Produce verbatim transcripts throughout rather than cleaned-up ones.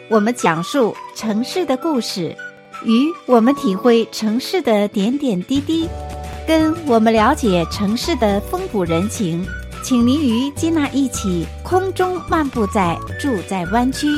我们讲述城市的故事，与我们体会城市的点点滴滴，跟我们了解城市的风土人情。请您与金娜一起空中漫步在住在湾区。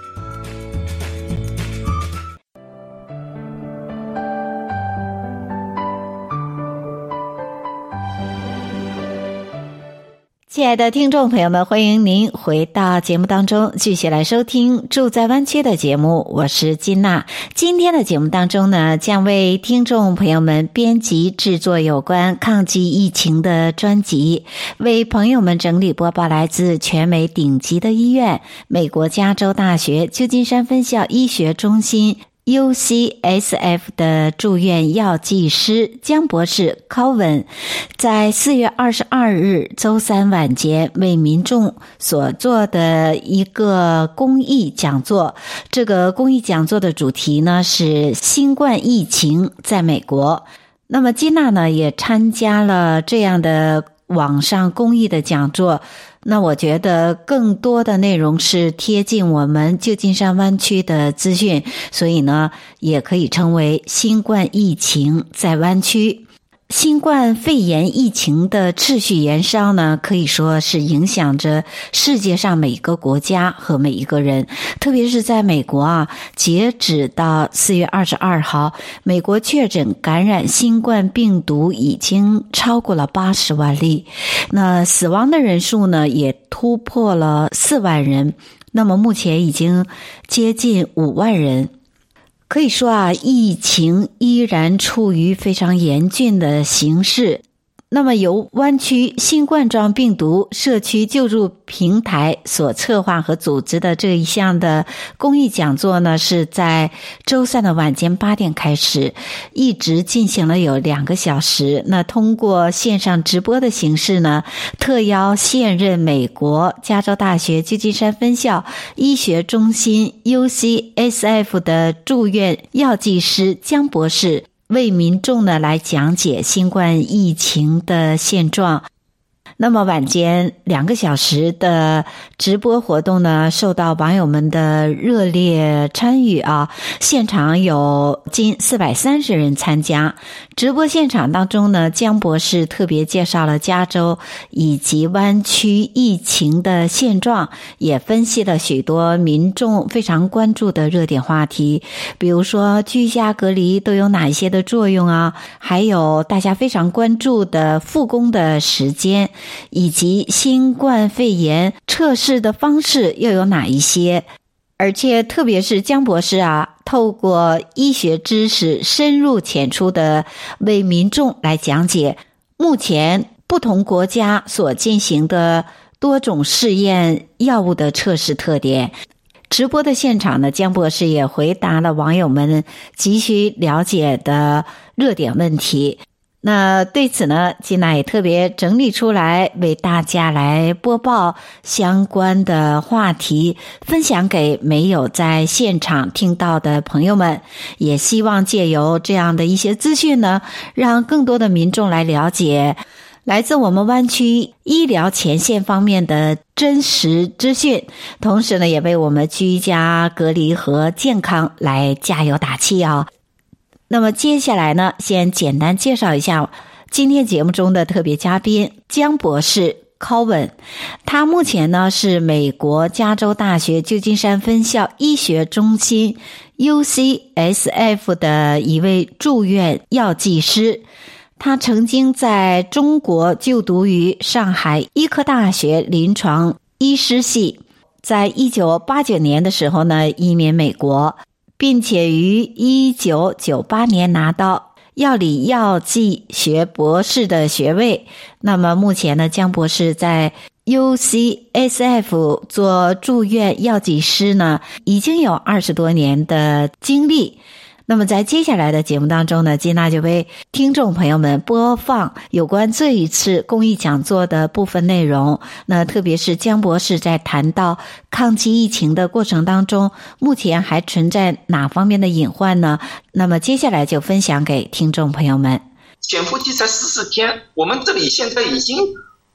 亲爱的听众朋友们，欢迎您回到节目当中，继续来收听住在湾区的节目，我是金娜。今天的节目当中呢，将为听众朋友们编辑制作有关抗击疫情的专辑，为朋友们整理播报来自全美顶级的医院美国加州大学旧金山分校医学中心U C S F 的住院药剂师江博士 Colvin 在四月二十二日周三晚间为民众所做的一个公益讲座。这个公益讲座的主题呢是新冠疫情在美国。那么金娜呢也参加了这样的网上公益的讲座，那我觉得更多的内容是贴近我们旧金山湾区的资讯，所以呢也可以称为新冠疫情在湾区。新冠肺炎疫情的持续延烧呢，可以说是影响着世界上每一个国家和每一个人。特别是在美国啊，截止到四月二十二号，美国确诊感染新冠病毒已经超过了八十万例，那死亡的人数呢也突破了四万人，那么目前已经接近五万人。可以说啊，疫情依然处于非常严峻的形势。那么由湾区新冠状病毒社区救助平台所策划和组织的这一项的公益讲座呢，是在周三的晚间八点开始，一直进行了有两个小时。那通过线上直播的形式呢，特邀现任美国加州大学旧金山分校医学中心 U C S F 的住院药剂师江博士为民众呢来讲解新冠疫情的现状。那么晚间两个小时的直播活动呢，受到网友们的热烈参与啊，现场有近四百三十人参加。直播现场当中呢，江博士特别介绍了加州以及湾区疫情的现状，也分析了许多民众非常关注的热点话题，比如说居家隔离都有哪一些的作用啊，还有大家非常关注的复工的时间，以及新冠肺炎测试的方式又有哪一些。而且特别是江博士啊，透过医学知识深入浅出的为民众来讲解目前不同国家所进行的多种试验药物的测试特点。直播的现场呢，江博士也回答了网友们急需了解的热点问题。那对此呢，金娜也特别整理出来为大家来播报相关的话题，分享给没有在现场听到的朋友们，也希望借由这样的一些资讯呢，让更多的民众来了解来自我们湾区医疗前线方面的真实资讯，同时呢，也为我们居家隔离和健康来加油打气啊。那么接下来呢，先简单介绍一下今天节目中的特别嘉宾江博士 Colvin。 他目前呢是美国加州大学旧金山分校医学中心 U C S F 的一位住院药剂师。他曾经在中国就读于上海医科大学临床医师系，在一九八九年的时候呢移民美国，并且于一九九八年拿到药理药剂学博士的学位。那么目前呢，江博士在 U C S F 做住院药剂师呢，已经有二十多年的经历。那么在接下来的节目当中呢，金娜就为听众朋友们播放有关这一次公益讲座的部分内容。那特别是江博士在谈到抗击疫情的过程当中，目前还存在哪方面的隐患呢？那么接下来就分享给听众朋友们。 潜伏期才十四天，我们这里现在已经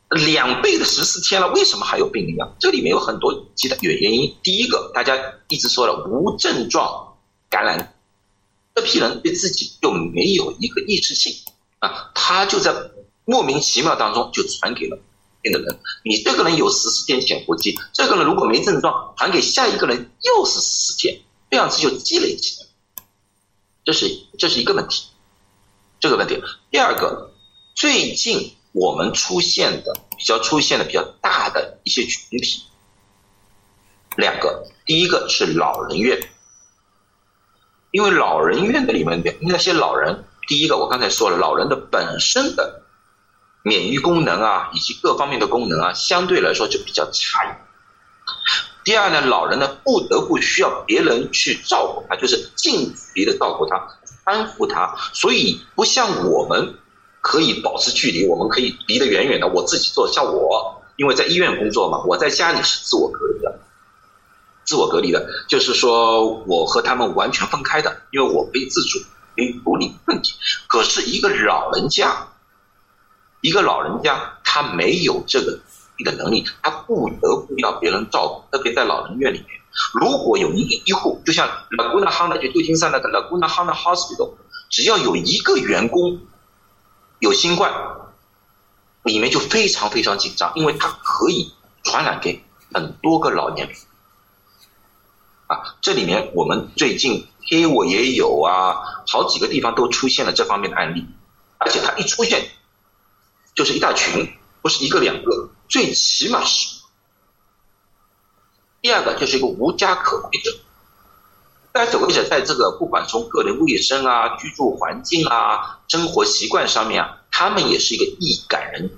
两倍的十四天了，为什么还有病例啊？这里面有很多其他原因。第一个，大家一直说了无症状感染，这批人对自己就没有一个意识性啊，他就在莫名其妙当中就传给了别的人。你这个人有十四天潜伏期，这个人如果没症状，传给下一个人又是十四天，这样子就积累起来，这是这是一个问题，这个问题。第二个，最近我们出现的比较出现的比较大的一些群体，两个，第一个是老人院，因为老人院的里面那些老人，第一个我刚才说了，老人的本身的免疫功能啊，以及各方面的功能啊，相对来说就比较差一点。第二呢，老人呢不得不需要别人去照顾他，就是近距离的照顾他，安抚他，所以不像我们可以保持距离，我们可以离得远远的，我自己做。像我因为在医院工作嘛，我在家里是自我隔离的，自我隔离的，就是说我和他们完全分开的，因为我可以自主，可以处理问题。可是一个老人家，一个老人家他没有这个的能力，他不得不要别人照顾，特别在老人院里面，如果有一个医护，就像 Laguna Hanna 就旧金山那个 Laguna Hanna Hospital， 只要有一个员工有新冠，里面就非常非常紧张，因为它可以传染给很多个老年人啊。这里面我们最近黑我也有啊，好几个地方都出现了这方面的案例，而且它一出现就是一大群，不是一个两个，最起码是。第二个就是一个无家可归者，无家可归者在这个不管从个人卫生啊、居住环境啊、生活习惯上面啊，他们也是一个易感人。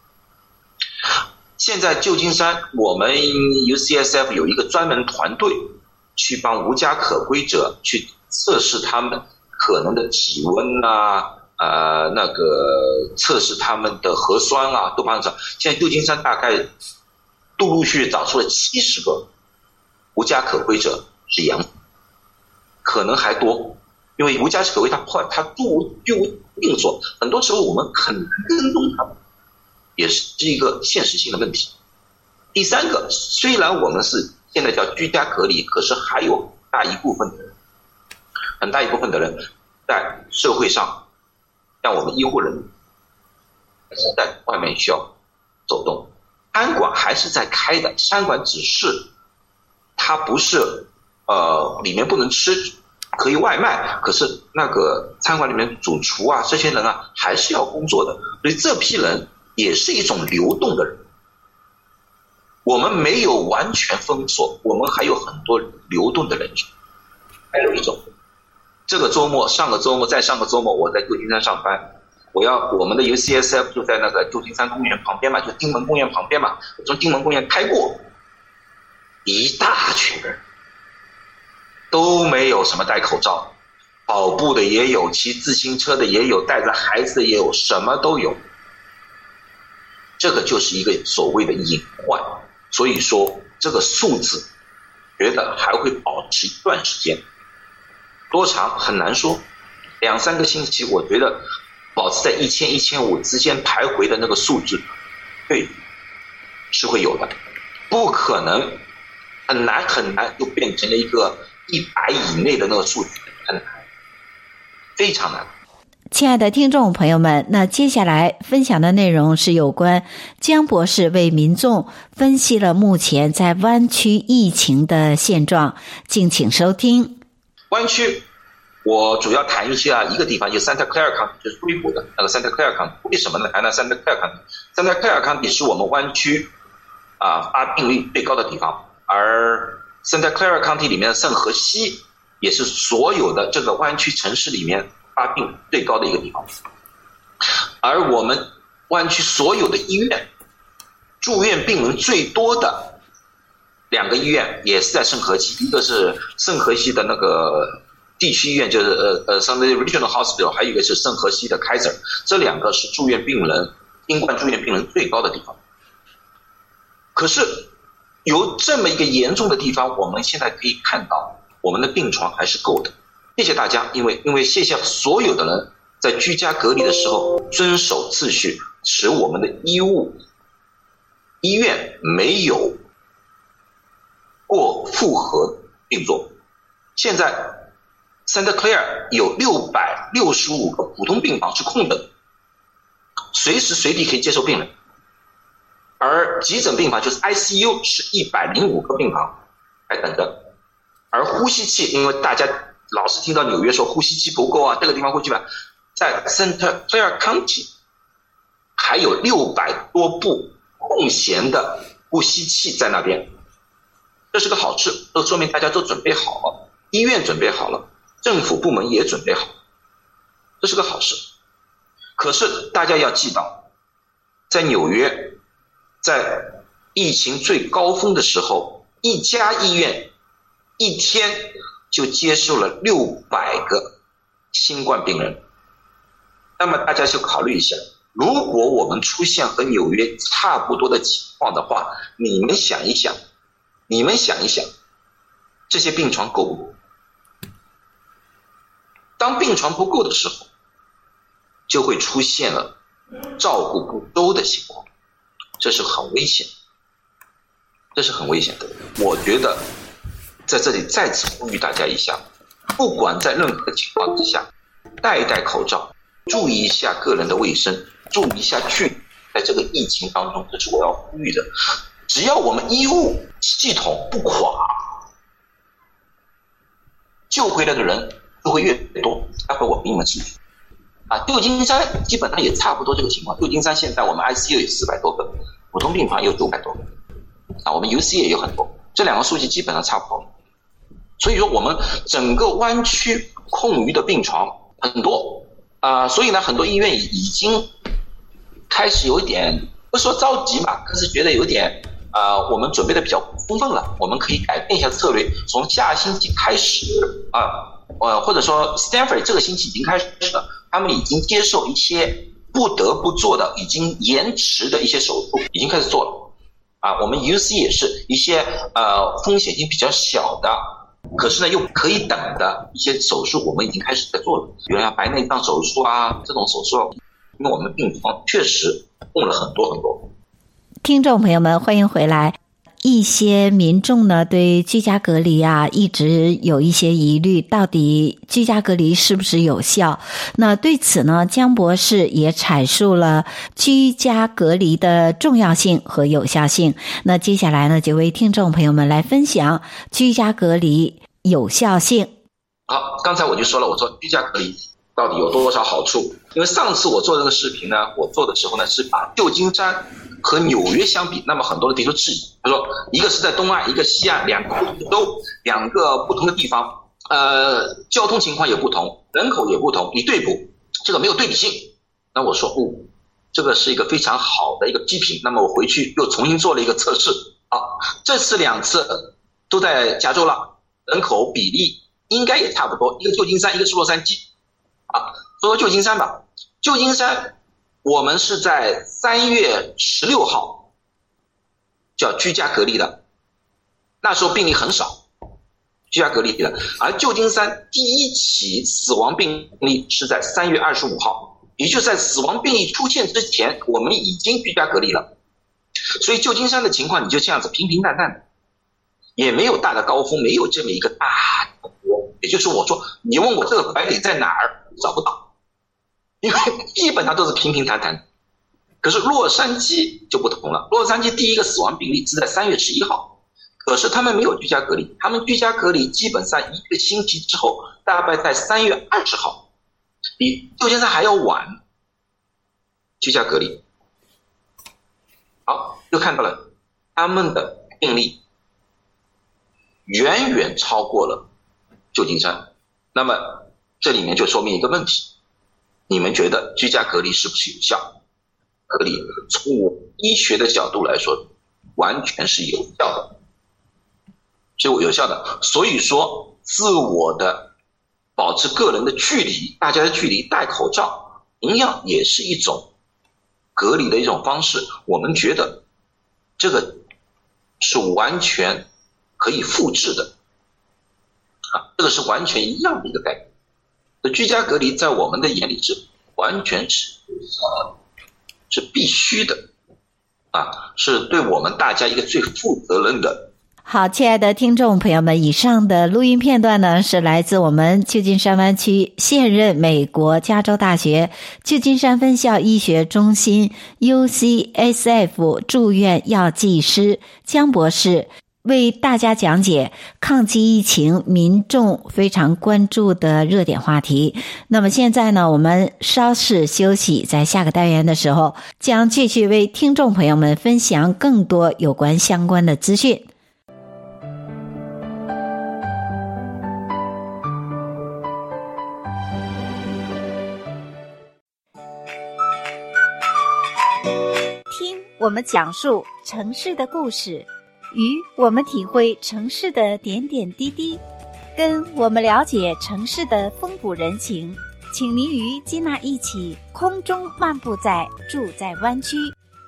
现在旧金山我们 U C S F 有一个专门团队去帮无家可归者去测试他们可能的体温啊，呃，那个测试他们的核酸啊，都帮着。现在旧金山大概陆陆续续找出了七十个无家可归者是阳，可能还多，因为无家可归他他住居无定所，很多时候我们很难跟踪他们，也是一个现实性的问题。第三个，虽然我们是现在叫居家隔离，可是还有很大一部分的人，很大一部分的人在社会上，像我们医护人员是在外面需要走动，餐馆还是在开的，餐馆只是它不是呃里面不能吃，可以外卖，可是那个餐馆里面主厨啊这些人啊还是要工作的，所以这批人也是一种流动的人。我们没有完全封锁，我们还有很多流动的人群。还有一种，这个周末、上个周末、再上个周末，我在旧金山上班，我要我们的 U C S F 就在那个旧金山公园旁边嘛，就金门公园旁边嘛，我从金门公园开过，一大群人，都没有什么戴口罩，跑步的也有，骑自行车的也有，带着孩子的也有，什么都有。这个就是一个所谓的隐患。所以说这个数字觉得还会保持一段时间，多长很难说，两三个星期我觉得保持在一千一千五之间徘徊的那个数字，对，是会有的，不可能，很难很难就变成了一个一百以内的那个数字，很难，非常难。 亲爱的听众朋友们，那接下来分享的内容是有关江博士为民众分析了目前在湾区疫情的现状，敬请收听。 湾区我主要谈一下一个地方，就是 Santa Clara County， 就是硅谷的那个 Santa Clara County。 为什么呢？谈到 Santa Clara County， Santa Clara County 是我们湾区啊发病率最高的地方，而 Santa Clara County 里面的圣荷西也是所有的这个湾区城市里面发病最高的一个地方，而我们湾区所有的医院住院病人最多的两个医院也是在圣荷西，一个是圣荷西的那个地区医院，就是呃呃 Sunday Regional Hospital， 还有一个是圣荷西的 Kaiser， 这两个是住院病人新冠住院病人最高的地方。可是有这么一个严重的地方，我们现在可以看到我们的病床还是够的。谢谢大家，因为因为谢谢所有的人在居家隔离的时候遵守秩序，使我们的医务医院没有过负荷运作。现在 Santa Clara 有六百六十五个普通病房是空的，随时随地可以接受病人。而急诊病房就是 I C U 是一百零五个病房还等着。而呼吸器，因为大家老是听到纽约说呼吸器不够啊，这个地方呼吸吧，在 Santa Clara County 还有六百多部空闲的呼吸器在那边。这是个好事，这说明大家都准备好了，医院准备好了，政府部门也准备好了，这是个好事。可是大家要记到，在纽约，在疫情最高峰的时候，一家医院一天就接受了六百个新冠病人。那么大家就考虑一下，如果我们出现和纽约差不多的情况的话，你们想一想，你们想一想，这些病床够不够？当病床不够的时候，就会出现了照顾不周的情况，这是很危险，这是很危险的。我觉得在这里再次呼吁大家一下，不管在任何情况之下，戴一戴口罩，注意一下个人的卫生，注意一下距离，在这个疫情当中，这是我要呼吁的。只要我们医务系统不垮，救回来的人就会越多。待会我给你们数据啊，旧金山基本上也差不多这个情况。旧金山现在我们 I C U 有四百多个，普通病房有九百多个啊，我们 U C 也有很多，这两个数据基本上差不多。所以说我们整个湾区空余的病床很多啊、呃，所以呢，很多医院已经开始有一点不说着急吧，可是觉得有点啊、呃，我们准备的比较充分了，我们可以改变一下策略，从下星期开始啊，呃，或者说 Stanford 这个星期已经开始了，他们已经接受一些不得不做的、已经延迟的一些手术，已经开始做了啊。我们 U C 也是一些呃风险性比较小的，可是呢又可以等的一些手术，我们已经开始在做了，比如像白内障手术啊这种手术，因为我们病房确实供了很多很多。 听众朋友们，欢迎回来。一些民众呢对居家隔离啊一直有一些疑虑，到底居家隔离是不是有效？那对此呢，江博士也阐述了居家隔离的重要性和有效性。那接下来呢，就为听众朋友们来分享居家隔离有效性。 好，刚才我就说了，我说居家隔离到底有多少好处？因为上次我做这个视频呢，我做的时候呢是把旧金山和纽约相比，那么很多人提出质疑，他说一个是在东岸，一个西岸，两个不同的州，两个不同的地方，呃，交通情况也不同，人口也不同，你对比这个没有对比性。那我说，哦，这个是一个非常好的一个批评。那么我回去又重新做了一个测试啊，这次两次都在加州了，人口比例应该也差不多，一个旧金山，一个是洛杉矶啊。说说旧金山吧，旧金山。我们是在三月十六号叫居家隔离的，那时候病例很少，居家隔离的。而旧金山第一起死亡病例是在三月二十五号，也就是在死亡病例出现之前，我们已经居家隔离了。所以旧金山的情况你就这样子平平淡淡的，也没有大的高峰，没有这么一个大的波。也就是我说，你问我这个拐点在哪儿，找不到。因为基本上都是平平淡淡，可是洛杉矶就不同了。洛杉矶第一个死亡病例是在三月十一号，可是他们没有居家隔离，他们居家隔离基本上一个星期之后，大概在三月二十号，比旧金山还要晚居家隔离。好，又看到了他们的病例远远超过了旧金山，那么这里面就说明一个问题。你们觉得居家隔离是不是有效？隔离从我医学的角度来说，完全是有效的，是有效的。所以说，自我的保持个人的距离，大家的距离，戴口罩，同样也是一种隔离的一种方式。我们觉得这个是完全可以复制的，啊，这个是完全一样的一个概念。居家隔离在我们的眼里是完全是有效的，是必须的。 啊，是对我们大家一个最负责任的。 好，亲爱的听众朋友们，以上的录音片段呢，是来自我们旧金山湾区现任美国加州大学旧金山分校医学中心 U C S F 住院药剂师江博士为大家讲解抗击疫情民众非常关注的热点话题。那么现在呢，我们稍事休息，在下个单元的时候将继续为听众朋友们分享更多有关相关的资讯。听我们讲述城市的故事，与我们体会城市的点点滴滴，跟我们了解城市的风土人情，请您与金娜一起空中漫步在住在湾区。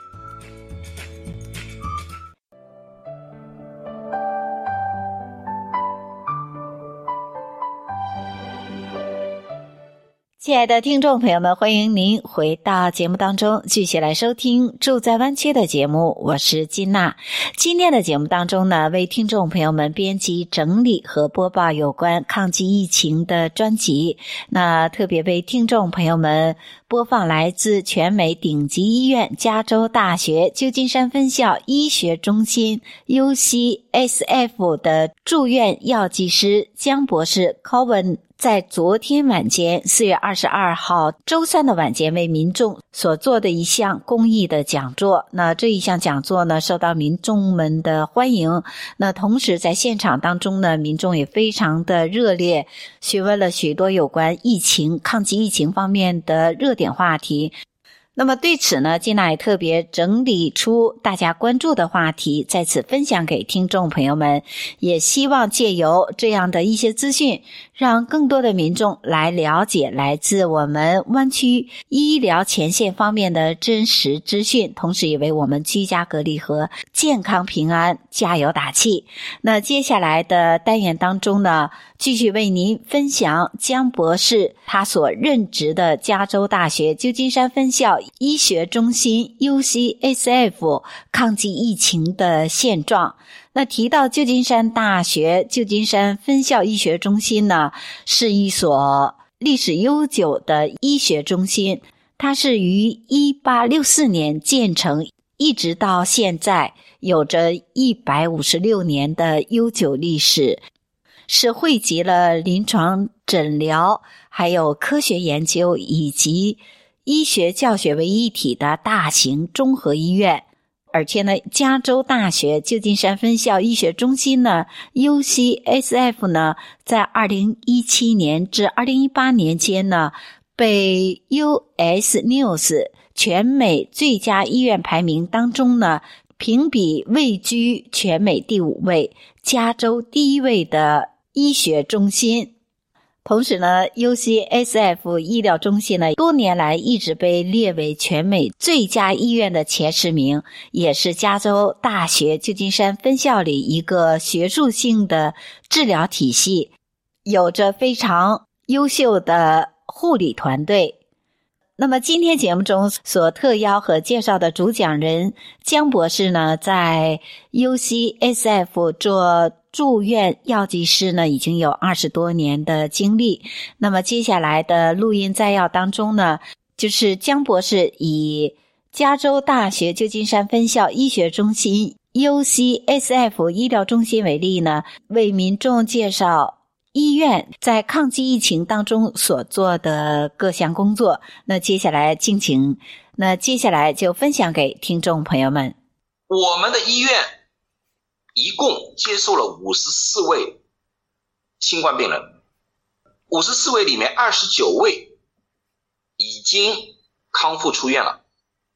亲爱的听众朋友们，欢迎您回到节目当中，继续来收听住在湾区的节目，我是金娜。今天的节目当中呢，为听众朋友们编辑整理和播报有关抗击疫情的专辑，那特别为听众朋友们播放来自全美顶级医院加州大学旧金山分校医学中心 U C S F 的住院药剂师江博士 Cohen在昨天晚间四月二十二号周三的晚间为民众所做的一项公益的讲座。那这一项讲座呢，受到民众们的欢迎。那同时在现场当中呢，民众也非常的热烈，询问了许多有关疫情、抗击疫情方面的热点话题。那么对此呢，金娜也特别整理出大家关注的话题，在此分享给听众朋友们，也希望借由这样的一些资讯，让更多的民众来了解来自我们湾区医疗前线方面的真实资讯，同时也为我们居家隔离和健康平安加油打气。那接下来的单元当中呢，继续为您分享江博士他所任职的加州大学旧金山分校医学中心 U C S F 抗击疫情的现状。那提到旧金山大学旧金山分校医学中心呢，是一所历史悠久的医学中心，它是于一八六四年建成，一直到现在有着一百五十六年的悠久历史，是汇集了临床诊疗还有科学研究以及医学教学为一体的大型综合医院。而且呢，加州大学旧金山分校医学中心呢 U C S F 呢，在二零一七年至二零一八年间呢，被 U S News 全美最佳医院排名当中呢，评比位居全美第五位，加州第一位的医学中心。同时呢 U C S F 医疗中心呢，多年来一直被列为全美最佳医院的前十名，也是加州大学旧金山分校里一个学术性的治疗体系，有着非常优秀的护理团队。那么今天节目中所特邀和介绍的主讲人江博士呢，在 U C S F 做住院药剂师呢，已经有二十多年的经历。那么接下来的录音摘要当中呢，就是江博士以加州大学旧金山分校医学中心 U C S F 医疗中心为例呢，为民众介绍医院在抗击疫情当中所做的各项工作。那接下来敬请，那接下来就分享给听众朋友们。 我们的医院一共接受了五十四位新冠病人，五十四位里面二十九位已经康复出院了，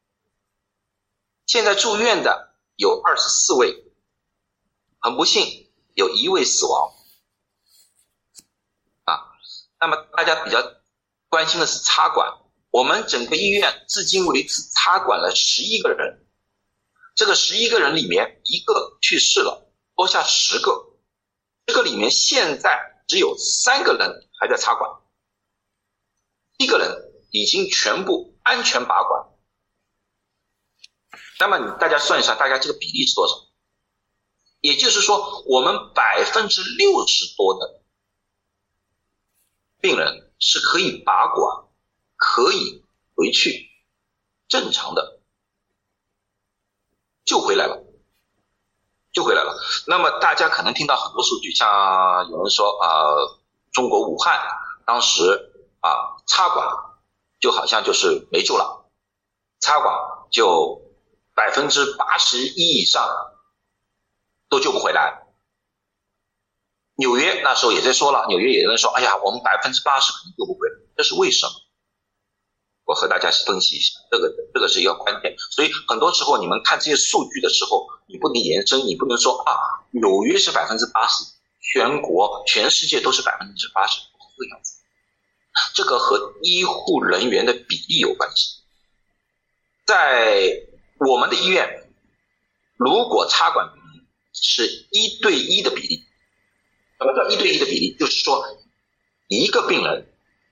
现在住院的有二十四位，很不幸有一位死亡啊。那么大家比较关心的是插管，我们整个医院至今为止插管了十一个人，这个十一个人里面一个去世了，多下十个，这个里面现在只有三个人还在插管，一个人已经全部安全拔管。 那么你大家算一算，大概这个比例是多少？也就是说，我们百分之六十多的病人是可以拔管，可以回去正常的救回来了，救回来了。那么大家可能听到很多数据，像有人说呃，中国武汉当时啊插管就好像就是没救了，插管就百分之八十一以上都救不回来。纽约那时候也在说了，纽约也有人说，哎呀，我们百分之八十可能救不回来，这是为什么？我和大家分析一下，这个这个是一个关键。所以很多时候你们看这些数据的时候，你不能延伸，你不能说啊，纽约是百分之八十，全国全世界都是百分之八十，这个样子。这个和医护人员的比例有关系。在我们的医院，如果插管比例是一对一的比例，什么叫一对一的比例？就是说一个病人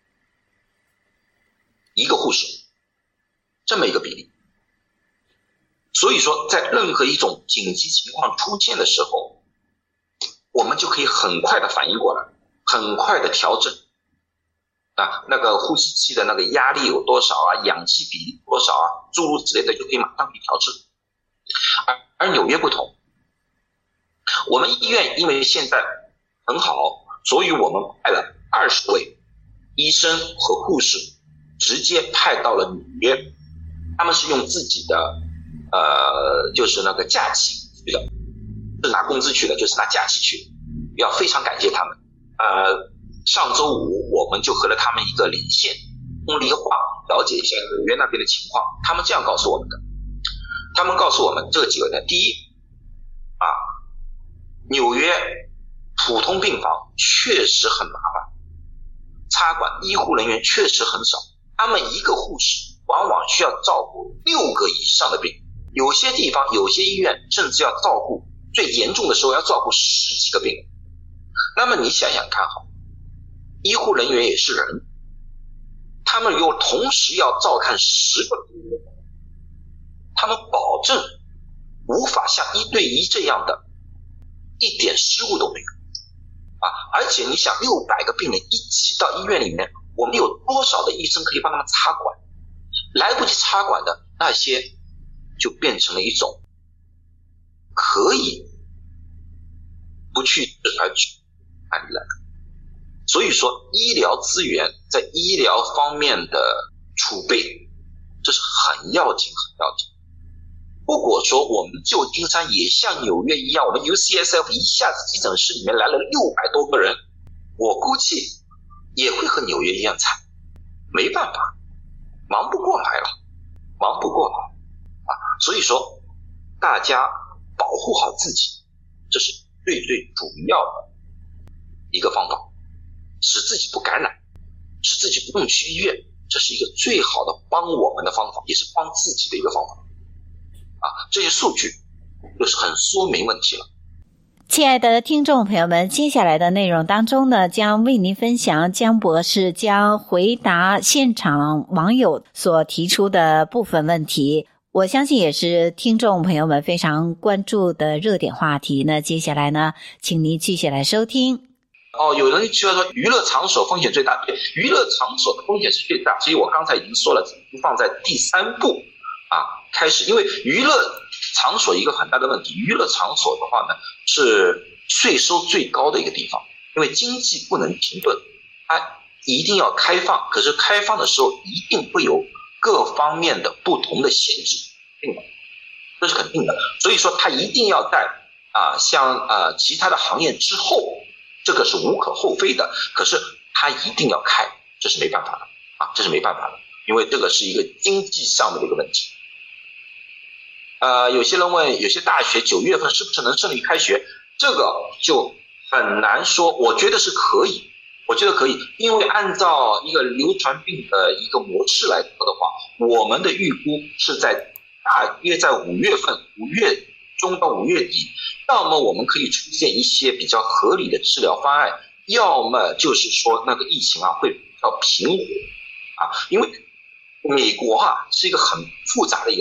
一个护士这么一个比例。所以说在任何一种紧急情况出现的时候，我们就可以很快的反应过来，很快的调整啊，那个呼吸器的那个压力有多少啊，氧气比例多少啊，诸如此类的就可以马上可以调制。而而纽约不同，我们医院因为现在很好，所以我们派了二十位医生和护士直接派到了纽约，他们是用自己的呃，就是那个假期去的，是拿工资去的，就是拿假期去的，要非常感谢他们。呃，上周五我们就和了他们一个连线，通力话了解一下纽约那边的情况。他们这样告诉我们的，他们告诉我们这几个人，第一啊，纽约普通病房确实很麻烦，插管医护人员确实很少，他们一个护士往往需要照顾六个以上的病，有些地方有些医院甚至要照顾，最严重的时候要照顾十几个病人。那么你想想看好，医护人员也是人，他们又同时要照看十个病人，他们保证无法像一对一这样的一点失误都没有啊！而且你想，六百个病人一起到医院里面，我们有多少的医生可以帮他们插管？来不及插管的那些，就变成了一种可以不去而去案例了。所以说，医疗资源在医疗方面的储备，这是很要紧、很要紧。如果说我们旧金山也像纽约一样，我们 U C S F 一下子急诊室里面来了六百多个人，我估计也会和纽约一样惨，没办法，忙不过来了，忙不过来啊！所以说，大家保护好自己，这是最最主要的一个方法，使自己不感染，使自己不用去医院，这是一个最好的帮我们的方法，也是帮自己的一个方法。啊，这些数据就是很说明问题了。 亲爱的听众朋友们，接下来的内容当中呢，将为您分享江博士将回答现场网友所提出的部分问题，我相信也是听众朋友们非常关注的热点话题呢。接下来呢，请您继续来收听。 哦，有人觉得说娱乐场所风险最大，对，娱乐场所的风险是最大，所以我刚才已经说了，放在第三步啊开始，因为娱乐场所一个很大的问题，娱乐场所的话呢是税收最高的一个地方，因为经济不能停顿，它一定要开放，可是开放的时候一定会有各方面的不同的限制，这是肯定的。所以说它一定要在啊像啊其他的行业之后，这个是无可厚非的，可是它一定要开，这是没办法的啊，这是没办法的，因为这个是一个经济上面的一个问题。呃，有些人问，有些大学九月份是不是能顺利开学？这个就很难说，我觉得是可以，我觉得可以，因为按照一个流传病的一个模式来说的话，我们的预估是在大约在五月份，五月中到五月底，要么我们可以出现一些比较合理的治疗方案，要么就是说那个疫情啊会比较平缓啊，因为美国啊是一个很复杂的一个，因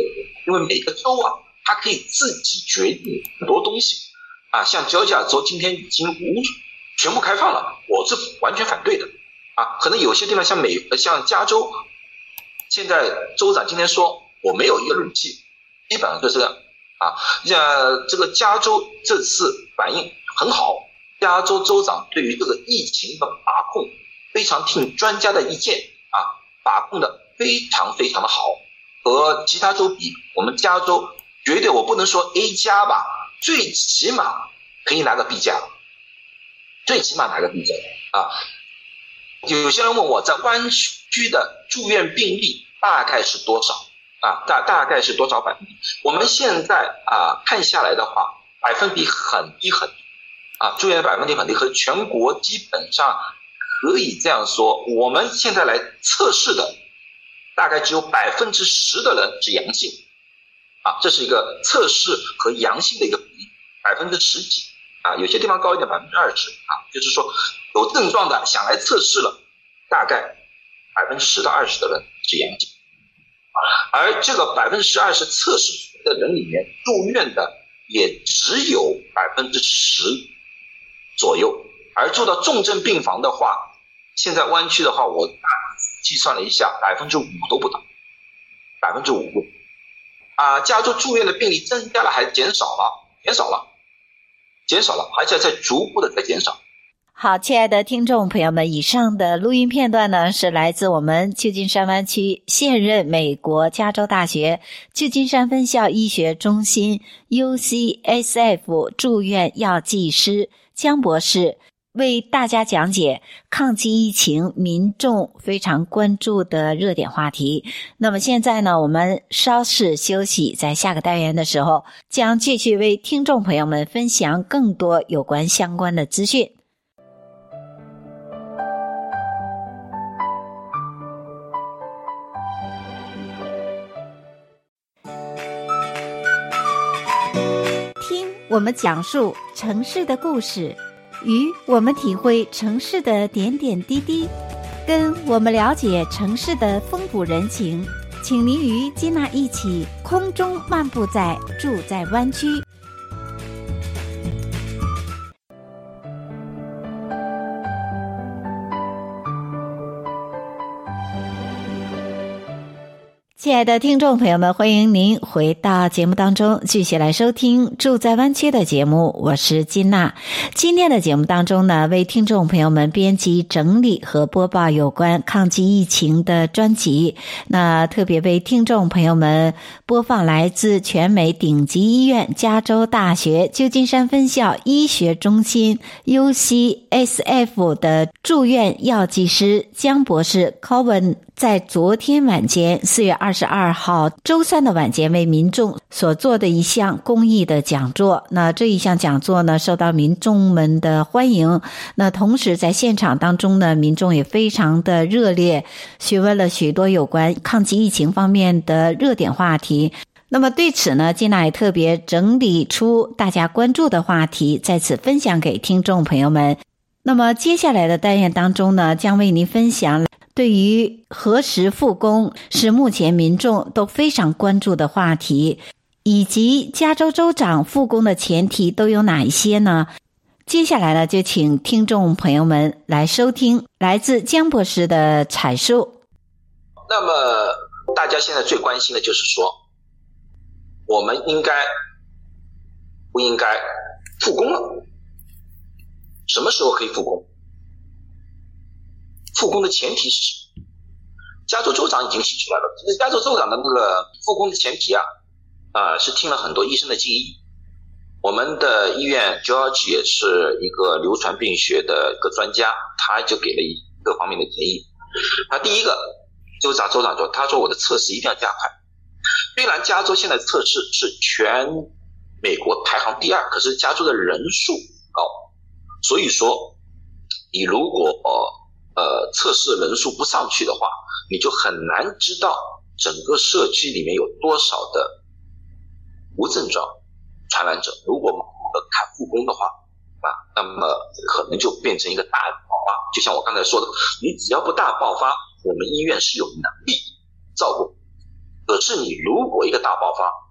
因为每个州啊，它可以自己决定很多东西啊，像乔治亚州今天已经无全部开放了，我是完全反对的啊。可能有些地方像美像加州，现在州长今天说我没有一个论器，基本上就是这样啊。像这个加州这次反应很好，加州州长对于这个疫情的把控非常听专家的意见啊，把控的非常非常的好，和其他州比，我们加州绝对我不能说 A 加吧，最起码可以拿个 B 加，最起码拿个 B 加啊。有些人问我在湾区的住院病例大概是多少啊？大大概是多少百分比？我们现在啊看下来的话，百分比很低很低啊，住院的百分比很低，和全国基本上可以这样说，我们现在来测试的大概只有百分之十的人是阳性啊，这是一个测试和阳性的一个比例，百分之十几啊，有些地方高一点，百分之二十啊，就是说有症状的想来测试了，大概百分之十到二十的人是阳性，而这个百分之十二十测试出来的人里面，住院的也只有百分之十左右，而住到重症病房的话，现在湾区的话，我计算了一下，百分之五都不到，百分之五啊，加州住院的病例增加了还是减少了？减少了，减少了，而且在逐步的在减少。 好，亲爱的听众朋友们，以上的录音片段呢，是来自我们旧金山湾区现任美国加州大学旧金山分校医学中心 U C S F 住院药剂师江博士为大家讲解抗击疫情民众非常关注的热点话题。那么现在呢，我们稍事休息，在下个单元的时候将继续为听众朋友们分享更多有关相关的资讯。听我们讲述城市的故事，与我们体会城市的点点滴滴，跟我们了解城市的风土人情，请您与金娜一起空中漫步在住在湾区。亲爱的听众朋友们，欢迎您回到节目当中，继续来收听住在湾区的节目，我是金娜。今天的节目当中呢，为听众朋友们编辑整理和播报有关抗击疫情的专辑，那特别为听众朋友们播放来自全美顶级医院加州大学旧金山分校医学中心 U C S F 的住院药剂师江博士 Cohen，在昨天晚间四月二十二号周三的晚间为民众所做的一项公益的讲座。那这一项讲座呢，受到民众们的欢迎。那同时在现场当中呢，民众也非常的热烈，询问了许多有关抗击疫情方面的热点话题。那么对此呢，金娜也特别整理出大家关注的话题，在此分享给听众朋友们。那么接下来的单元当中呢，将为您分享对于何时复工是目前民众都非常关注的话题，以及加州州长复工的前提都有哪一些呢？接下来呢，就请听众朋友们来收听来自江博士的阐述。 那么大家现在最关心的就是说，我们应该不应该复工了？什么时候可以复工？复工的前提是什么？加州州长已经提出来了。其实加州州长的那个复工的前提啊，啊、呃、是听了很多医生的建议。我们的医院 George 也是一个流传病学的一个专家，他就给了一个方面的建议。他第一个，州长州长说，他说我的测试一定要加快。虽然加州现在测试是全美国排行第二，可是加州的人数高，所以说你如果呃测试人数不上去的话，你就很难知道整个社区里面有多少的无症状传染者。如果看复工的话啊，那么可能就变成一个大爆发。就像我刚才说的，你只要不大爆发，我们医院是有能力照顾。可是你如果一个大爆发，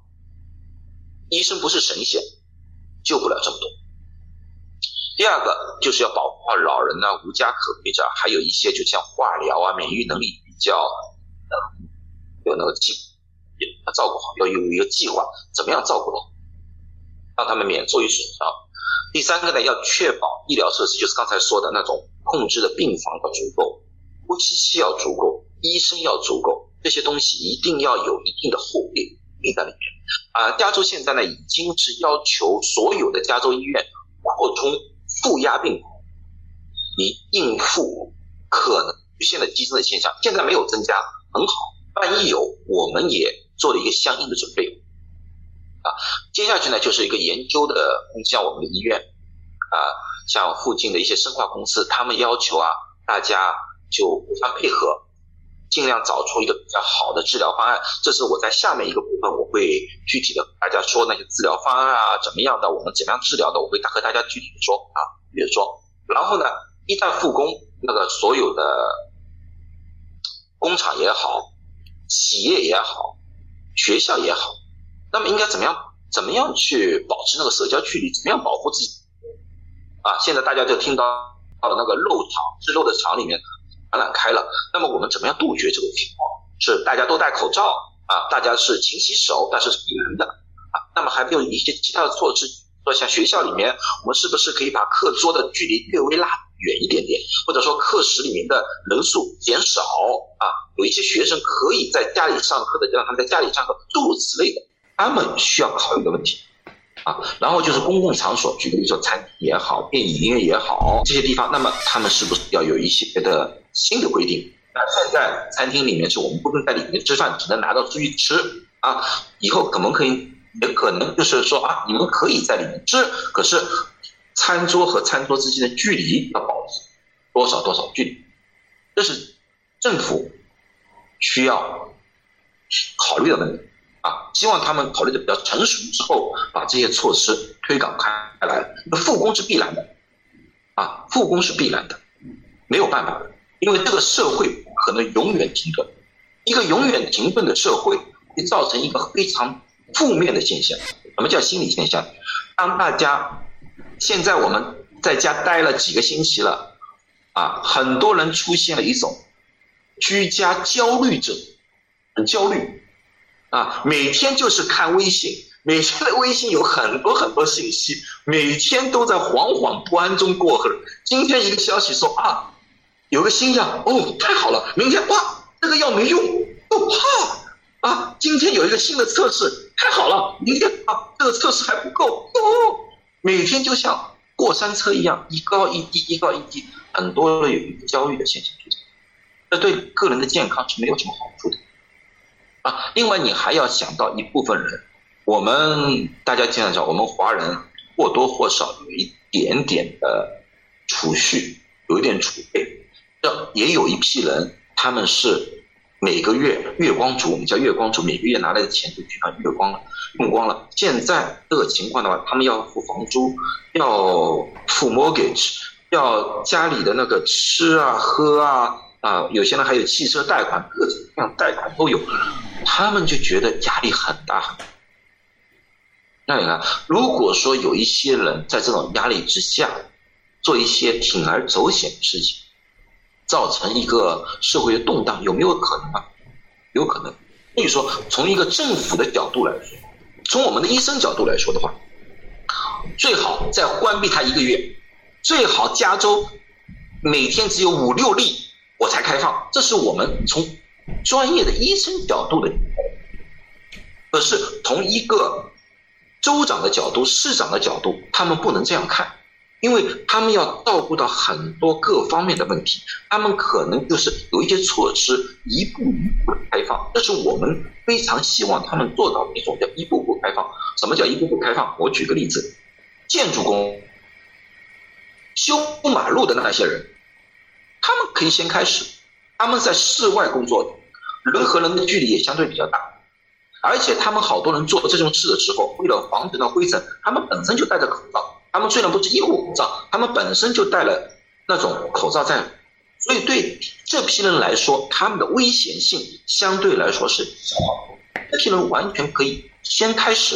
医生不是神仙，救不了这么多。第二个就是要保护好老人啊、无家可归者，还有一些就像化疗啊、免疫能力比较呃有那个计要照顾好，要有一个计划，怎么样照顾好，让他们免受于损伤。第三个呢，要确保医疗设施，就是刚才说的那种控制的病房要足够，呼吸器要足够，医生要足够，这些东西一定要有一定的后备备在里面。啊、呃，加州现在呢已经是要求所有的加州医院扩充负压病房，以应付可能出现的激增的现象。现在没有增加，很好，万一有，我们也做了一个相应的准备。啊，接下去呢就是一个研究的，像我们的医院啊，像附近的一些生化公司，他们要求啊，大家就互相配合，尽量找出一个比较好的治疗方案。这是我在下面一个部分我会具体的大家说那些治疗方案啊，怎么样的，我们怎么样治疗的，我会和大家具体的说啊，比如说，然后呢，一旦复工，那个所有的工厂也好，企业也好，学校也好，那么应该怎么样怎么样去保持那个社交距离，怎么样保护自己啊？现在大家就听到到了那个漏厂制漏的厂里面传染开了，那么我们怎么样杜绝这个情况？是大家都戴口罩啊，大家是勤洗手，但是是必然的啊。那么还没有一些其他的措施，说像学校里面，我们是不是可以把课桌的距离略微拉远一点点，或者说课室里面的人数减少啊？有一些学生可以在家里上课的，让他们在家里上课，诸如此类的，他们需要考虑的问题啊。然后就是公共场所，举个例子说，餐厅也好，电影院也好，这些地方，那么他们是不是要有一些的新的规定？那现在餐厅里面是我们不能在里面吃饭，只能拿到出去吃啊。以后可不可以？也可能就是说啊，你们可以在里面吃，可是餐桌和餐桌之间的距离要保持多少多少距离，这是政府需要考虑的问题啊。希望他们考虑的比较成熟之后，把这些措施推广开来。复工是必然的啊，复工是必然的，没有办法的，因为这个社会不可能永远停顿，一个永远停顿的社会会造成一个非常负面的现象。什么叫心理现象？当大家现在我们在家待了几个星期了啊，很多人出现了一种居家焦虑症，很焦虑啊，每天就是看微信，每天的微信有很多很多信息，每天都在惶惶不安中过日。今天一个消息说啊，有个新药，哦，太好了，明天哇，这个药没用，哦，好啊，今天有一个新的测试，太好了，明天啊，这个测试还不够，哦，每天就像过山车一样，一高一低，一高一低，很多人有一个焦虑的现象出现，这对个人的健康是没有什么好处的啊。另外，你还要想到一部分人，我们大家经常讲，我们华人或多或少有一点点的储蓄，有一点储备，这也有一批人，他们是每个月月光族，我们叫月光族，每个月拿来的钱就去把月光了，用光了。现在这个情况的话，他们要付房租，要付 mortgage， 要家里的那个吃啊喝啊啊，有些人还有汽车贷款，各种各样贷款都有，他们就觉得压力很大很大。那你看，如果说有一些人在这种压力之下做一些铤而走险的事情，造成一个社会的动荡，有没有可能啊？有可能。所以说，从一个政府的角度来说，从我们的医生角度来说的话，最好再关闭它一个月，最好加州每天只有五六例我才开放，这是我们从专业的医生角度的。可是从一个州长的角度、市长的角度，他们不能这样看。因为他们要照顾到很多各方面的问题，他们可能就是有一些措施一步一步的开放，这是我们非常希望他们做到的一种叫一步步开放。什么叫一步步开放？我举个例子，建筑工修马路的那些人，他们可以先开始，他们在室外工作的，人和人的距离也相对比较大，而且他们好多人做这种事的时候，为了防止到灰尘，他们本身就戴着口罩。他们虽然不是医护口罩，他们本身就戴了那种口罩在，所以对这批人来说，他们的危险性相对来说是小。这批人完全可以先开始，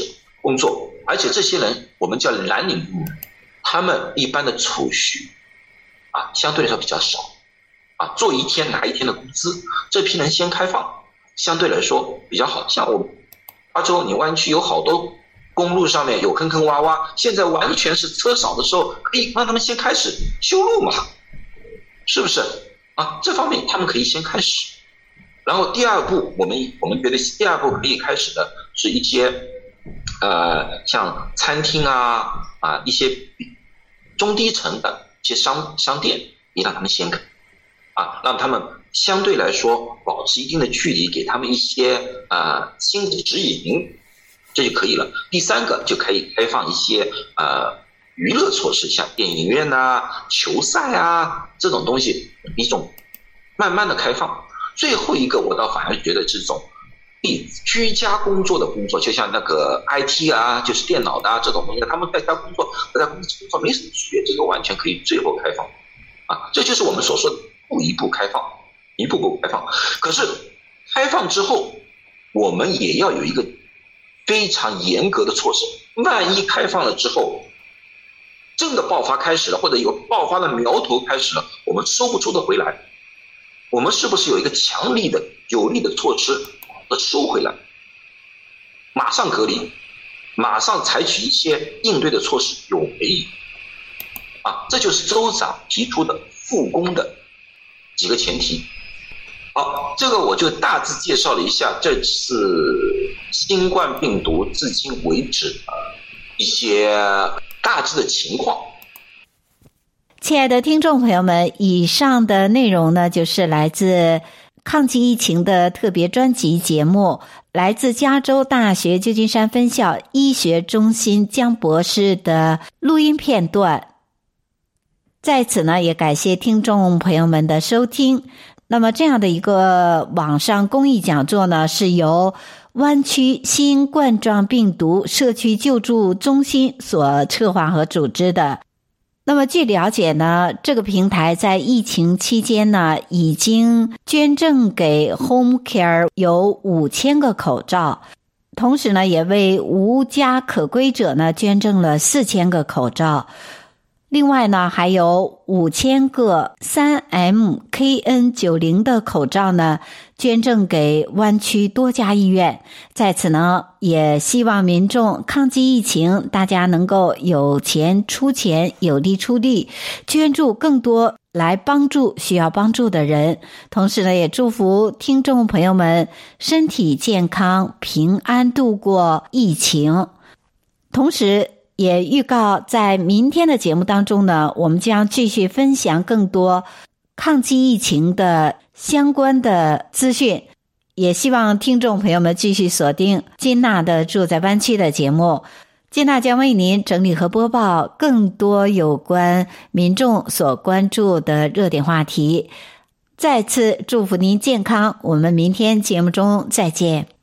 工作，而且这些人我们叫蓝领部门，他们一般的储蓄啊相对来说比较少啊，做一天拿一天的工资，这批人先开放，相对来说比较好。像我们加州，你湾区有好多公路上面有坑坑洼洼，现在完全是车少的时候，可以让他们先开始修路嘛，是不是啊？这方面他们可以先开始。然后第二步，我们我们觉得第二步可以开始的是一些呃像餐厅啊啊一些中低层的一些商商店，你让他们先开啊，让他们相对来说保持一定的距离，给他们一些呃新的指引，这就可以了。第三个就可以开放一些呃娱乐措施，像电影院啊、球赛啊这种东西，一种慢慢的开放。最后一个我倒反而觉得这种居家工作的工作，就像那个 I T 啊，就是电脑的啊这种东西，他们在家工作和在公司工作没什么区别，这个完全可以最后开放啊，这就是我们所说的一步一步开放，一步步开放。可是开放之后，我们也要有一个非常严格的措施，万一开放了之后真的爆发开始了，或者有爆发的苗头开始了，我们收不收得回来？我们是不是有一个强力的有力的措施把它收回来，马上隔离，马上采取一些应对的措施，有没有啊？这就是州长提出的复工的几个前提。好，这个我就大致介绍了一下这次新冠病毒至今为止一些大致的情况。 亲爱的听众朋友们，以上的内容呢，就是来自抗击疫情的特别专辑节目，来自加州大学旧金山分校医学中心江博士的录音片段。在此呢，也感谢听众朋友们的收听。那么这样的一个网上公益讲座呢，是由湾区新冠状病毒社区救助中心所策划和组织的。那么据了解呢，这个平台在疫情期间呢，已经捐赠给 Home Care 有五千个口罩，同时呢，也为无家可归者呢捐赠了四千个口罩。另外呢，还有五千个 三 M K N 九十 的口罩呢，捐赠给湾区多家医院。在此呢，也希望民众抗击疫情，大家能够有钱出钱，有力出力，捐助更多来帮助需要帮助的人。同时呢，也祝福听众朋友们身体健康，平安度过疫情。同时也预告在明天的节目当中呢，我们将继续分享更多抗击疫情的相关的资讯，也希望听众朋友们继续锁定金娜的住在湾区的节目。金娜将为您整理和播报更多有关民众所关注的热点话题。再次祝福您健康，我们明天节目中再见。